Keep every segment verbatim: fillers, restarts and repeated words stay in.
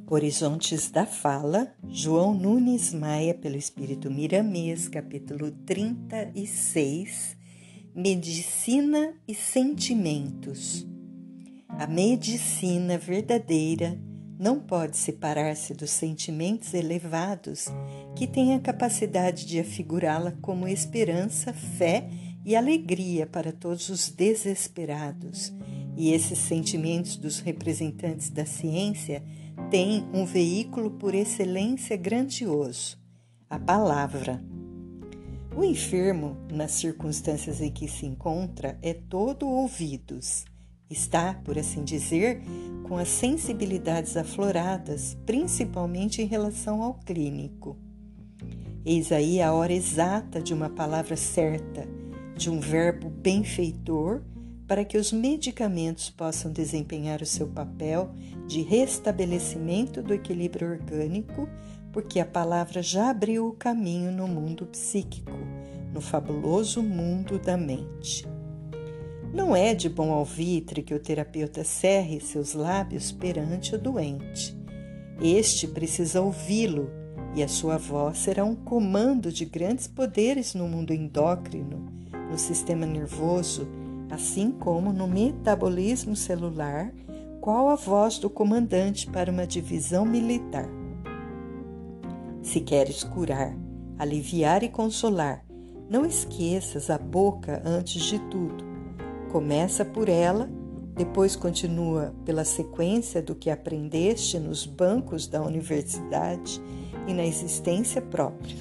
Horizontes da Fala, João Nunes Maia, pelo Espírito Miramês, capítulo trinta e seis, Medicina e Sentimentos. A medicina verdadeira não pode separar-se dos sentimentos elevados que têm a capacidade de afigurá-la como esperança, fé e alegria para todos os desesperados. E esses sentimentos dos representantes da ciência têm um veículo por excelência grandioso, a palavra. O enfermo, nas circunstâncias em que se encontra, é todo ouvidos. Está, por assim dizer, com as sensibilidades afloradas, principalmente em relação ao clínico. Eis aí a hora exata de uma palavra certa, de um verbo benfeitor, para que os medicamentos possam desempenhar o seu papel de restabelecimento do equilíbrio orgânico, porque a palavra já abriu o caminho no mundo psíquico, no fabuloso mundo da mente. Não é de bom alvitre que o terapeuta cerre seus lábios perante o doente. Este precisa ouvi-lo, e a sua voz será um comando de grandes poderes no mundo endócrino, no sistema nervoso, assim como no metabolismo celular, qual a voz do comandante para uma divisão militar. Se queres curar, aliviar e consolar, não esqueças a boca antes de tudo. Começa por ela, depois continua pela sequência do que aprendeste nos bancos da universidade e na existência própria.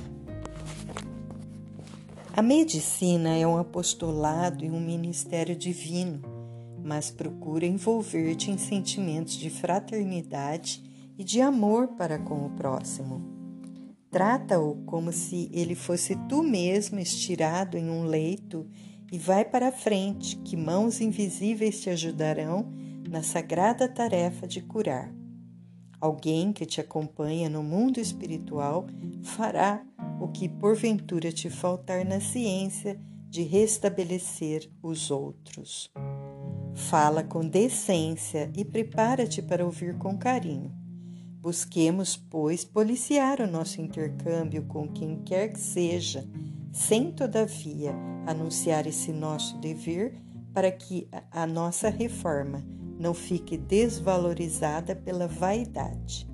A medicina é um apostolado e um ministério divino, mas procura envolver-te em sentimentos de fraternidade e de amor para com o próximo. Trata-o como se ele fosse tu mesmo estirado em um leito e vai para a frente, que mãos invisíveis te ajudarão na sagrada tarefa de curar. Alguém que te acompanha no mundo espiritual fará o que porventura te faltar na ciência de restabelecer os outros. Fala com decência e prepara-te para ouvir com carinho. Busquemos, pois, policiar o nosso intercâmbio com quem quer que seja, sem, todavia, anunciar esse nosso dever para que a nossa reforma não fique desvalorizada pela vaidade.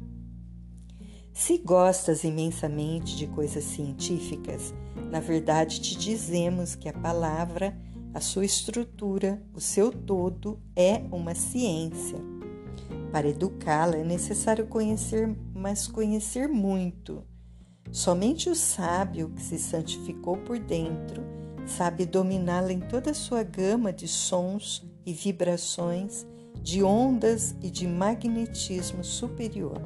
Se gostas imensamente de coisas científicas, na verdade te dizemos que a palavra, a sua estrutura, o seu todo é uma ciência. Para educá-la é necessário conhecer, mas conhecer muito. Somente o sábio que se santificou por dentro sabe dominá-la em toda a sua gama de sons e vibrações, de ondas e de magnetismo superior.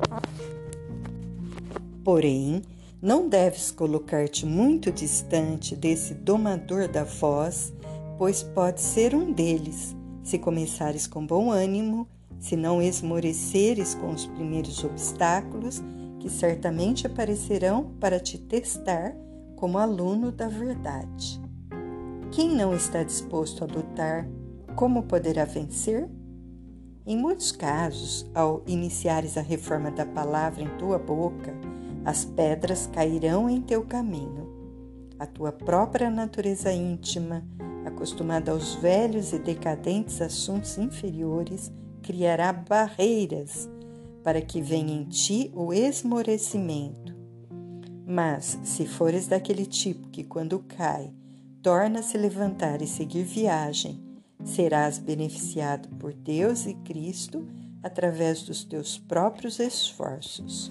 Porém, não deves colocar-te muito distante desse domador da voz, pois pode ser um deles, se começares com bom ânimo, se não esmoreceres com os primeiros obstáculos, que certamente aparecerão para te testar como aluno da verdade. Quem não está disposto a lutar, como poderá vencer? Em muitos casos, ao iniciares a reforma da palavra em tua boca, as pedras cairão em teu caminho. A tua própria natureza íntima, acostumada aos velhos e decadentes assuntos inferiores, criará barreiras para que venha em ti o esmorecimento. Mas, se fores daquele tipo que, quando cai, torna a se levantar e seguir viagem, serás beneficiado por Deus e Cristo através dos teus próprios esforços.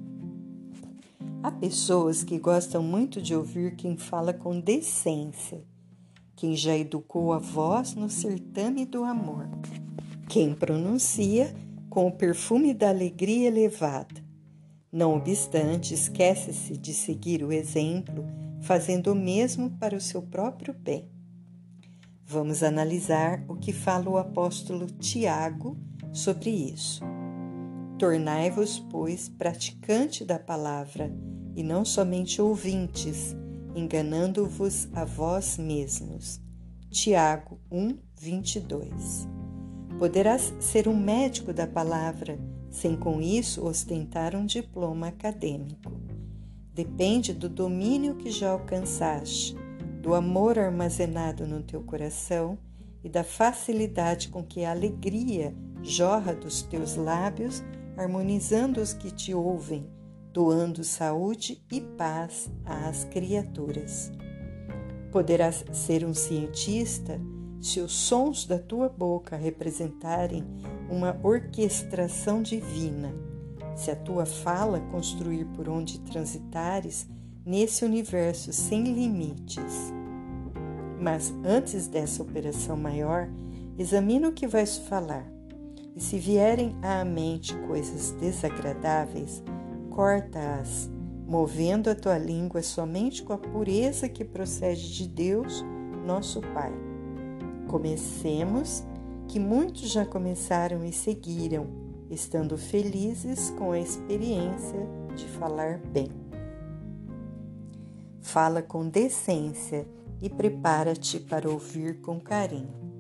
Há pessoas que gostam muito de ouvir quem fala com decência, quem já educou a voz no certame do amor, quem pronuncia com o perfume da alegria elevada. Não obstante, esquece-se de seguir o exemplo, fazendo o mesmo para o seu próprio bem. Vamos analisar o que fala o apóstolo Tiago sobre isso. Tornai-vos, pois, praticante da palavra, e não somente ouvintes, enganando-vos a vós mesmos. Tiago um, vinte e dois. Poderás ser um médico da palavra, sem com isso ostentar um diploma acadêmico. Depende do domínio que já alcançaste, do amor armazenado no teu coração e da facilidade com que a alegria jorra dos teus lábios, harmonizando os que te ouvem, doando saúde e paz às criaturas. Poderás ser um cientista se os sons da tua boca representarem uma orquestração divina, se a tua fala construir por onde transitares nesse universo sem limites. Mas antes dessa operação maior, examina o que vais falar, e se vierem à mente coisas desagradáveis, corta-as, movendo a tua língua somente com a pureza que procede de Deus, nosso Pai. Comecemos, que muitos já começaram e seguiram, estando felizes com a experiência de falar bem. Fala com decência e prepara-te para ouvir com carinho.